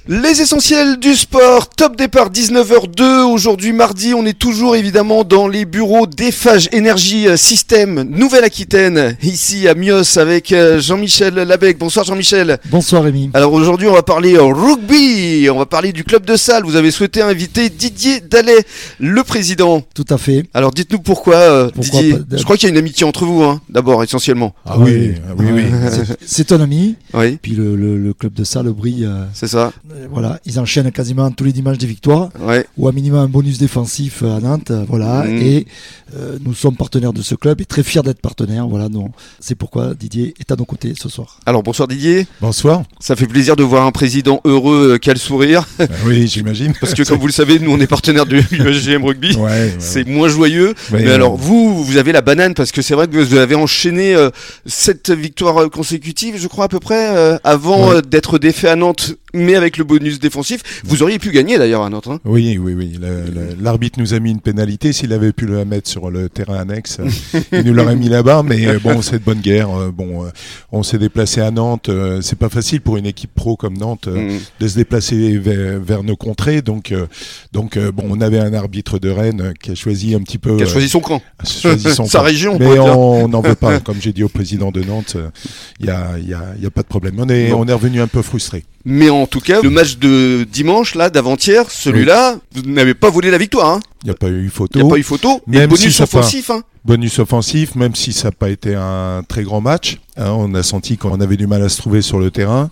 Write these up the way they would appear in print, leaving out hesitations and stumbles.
Les essentiels du sport, top départ 19h02, aujourd'hui mardi, on est toujours évidemment dans les bureaux d'Eiffage Énergie Système Nouvelle-Aquitaine, ici à Mios avec Jean-Michel Labec. Bonsoir Jean-Michel. Bonsoir Rémi. Alors aujourd'hui on va parler rugby, on va parler du club de Salles, vous avez souhaité inviter Didier Dallet, le président. Tout à fait. Alors dites-nous pourquoi Didier, je crois qu'il y a une amitié entre vous, d'abord essentiellement. Ah oui. C'est ton ami, oui. Puis le club de Salles brille. C'est ça. Voilà, ils enchaînent quasiment tous les dimanches des victoires, ou à minimum un bonus défensif à Nantes, et nous sommes partenaires de ce club et très fiers d'être partenaires, donc c'est pourquoi Didier est à nos côtés ce soir. Alors bonsoir Didier. Bonsoir. Ça fait plaisir de voir un président heureux qui a le sourire. Oui, j'imagine. Parce que comme vous le savez, nous on est partenaires du USGM Rugby, c'est moins joyeux, mais alors vous avez la banane parce que c'est vrai que vous avez enchaîné 7 victoires consécutives, je crois à peu près, avant d'être défait à Nantes, mais avec le bonus défensif. Vous auriez pu gagner d'ailleurs à Nantes. Oui. L'arbitre nous a mis une pénalité. S'il avait pu la mettre sur le terrain annexe, il nous l'aurait mis là-bas. Mais bon, c'est de bonne guerre. On s'est déplacé à Nantes. C'est pas facile pour une équipe pro comme Nantes de se déplacer vers nos contrées. Donc, on avait un arbitre de Rennes qui a choisi un petit peu. Qui a choisi son camp. Sa région. Mais on n'en veut pas. Comme j'ai dit au président de Nantes, il y a pas de problème. On est revenu un peu frustré. Mais en tout cas, le match de dimanche, d'avant-hier, celui-là, vous n'avez pas volé la victoire. Il n'y a pas eu photo. Et bonus offensif. Bonus offensif, même si ça n'a pas été un très grand match. On a senti qu'on avait du mal à se trouver sur le terrain.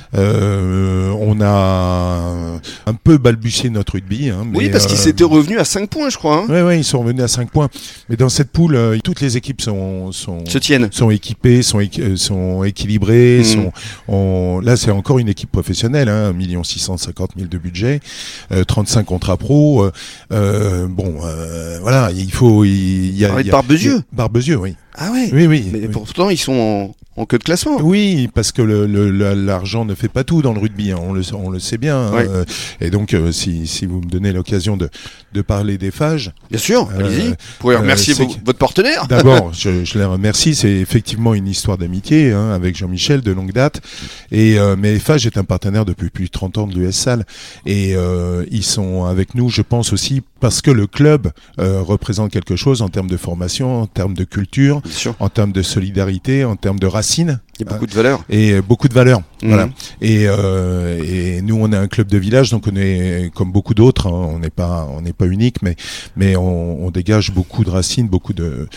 On a un peu balbutié notre rugby. Oui, parce qu'ils s'étaient revenus à 5 points, je crois. Oui, ils sont revenus à 5 points. Mais dans cette poule, toutes les équipes se tiennent. Sont équipées, sont équilibrées. Là, c'est encore une équipe professionnelle. 1 650 000 de budget, 35 contrats pro. Il faut... Barbezieux, oui. Ah ouais. Oui. Mais pourtant, ils sont en queue de classement. Oui, parce que l'argent ne fait pas tout dans le rugby, on le sait bien. Et donc, si vous me donnez l'occasion de parler d'Eiffage... Bien sûr, allez-y. Vous pourrez remercier votre partenaire. D'abord, je les remercie. C'est effectivement une histoire d'amitié avec Jean-Michel de longue date. Mais Eiffage est un partenaire depuis plus de 30 ans de l'US Salles. Et ils sont avec nous, je pense aussi, parce que le club représente quelque chose en termes de formation, en termes de culture, en termes de solidarité, en termes de racines. Il y a beaucoup de valeurs. Et beaucoup de valeurs. Voilà. Et nous, on est un club de village, donc on est comme beaucoup d'autres. On n'est pas unique, mais on dégage beaucoup de racines, beaucoup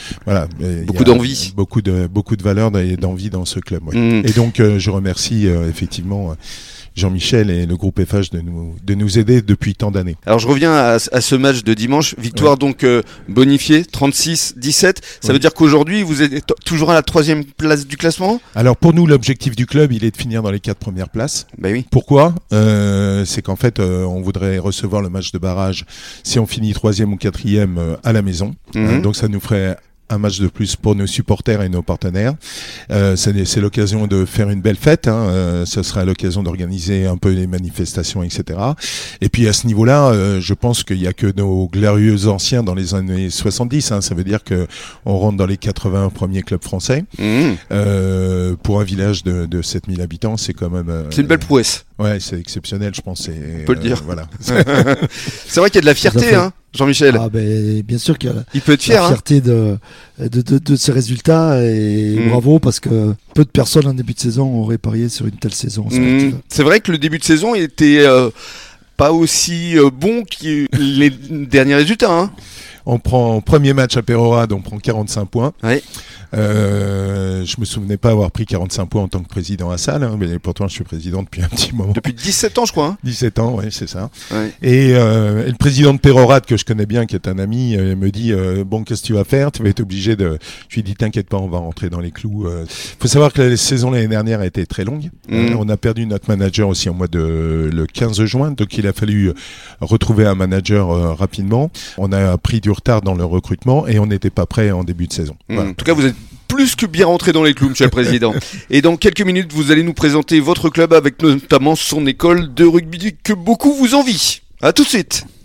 d'envie, beaucoup de valeurs et d'envie dans ce club. Et donc, je remercie effectivement Jean-Michel et le groupe Eiffage de nous aider depuis tant d'années. Alors je reviens à ce match de dimanche, victoire donc bonifiée, 36-17. Ça veut dire qu'aujourd'hui vous êtes toujours à la 3e place du classement ? Alors pour nous, l'objectif du club, il est de finir dans les 4 premières places. Oui. Pourquoi ? C'est qu'en fait, on voudrait recevoir le match de barrage si on finit 3e ou 4e à la maison. Donc ça nous ferait un match de plus pour nos supporters et nos partenaires. C'est l'occasion de faire une belle fête. Ce sera l'occasion d'organiser un peu les manifestations, etc. Et puis à ce niveau-là, je pense qu'il n'y a que nos glorieux anciens dans les années 70. Ça veut dire que on rentre dans les 80 premiers clubs français. Pour un village de 7000 habitants, c'est quand même... c'est une belle prouesse. Ouais, c'est exceptionnel, je pense. On peut le dire. Voilà. C'est vrai qu'il y a de la fierté, Jean-Michel. Bien sûr qu'il y a il peut être fier, la fierté de ces résultats et bravo, parce que peu de personnes en début de saison auraient parié sur une telle saison sportive. C'est vrai que le début de saison était pas aussi bon que les derniers résultats. On prend premier match à Pérorade, on prend 45 points. Ouais. Je me souvenais pas avoir pris 45 points en tant que président à Salles, mais pourtant je suis président depuis un petit moment. Depuis 17 ans, je crois. 17 ans, oui, c'est ça. Ouais. Et le président de Pérorade, que je connais bien, qui est un ami, me dit bon, qu'est-ce que tu vas faire ? Tu vas être obligé de... Je lui dis t'inquiète pas, on va rentrer dans les clous. Faut savoir que la saison l'année dernière a été très longue. On a perdu notre manager aussi le 15 juin, donc il a fallu retrouver un manager rapidement. On a pris du retard dans le recrutement et on n'était pas prêt en début de saison. Voilà. En tout cas, vous êtes plus que bien rentré dans les clous, Monsieur le Président. Et dans quelques minutes, vous allez nous présenter votre club avec notamment son école de rugby que beaucoup vous envient. À tout de suite.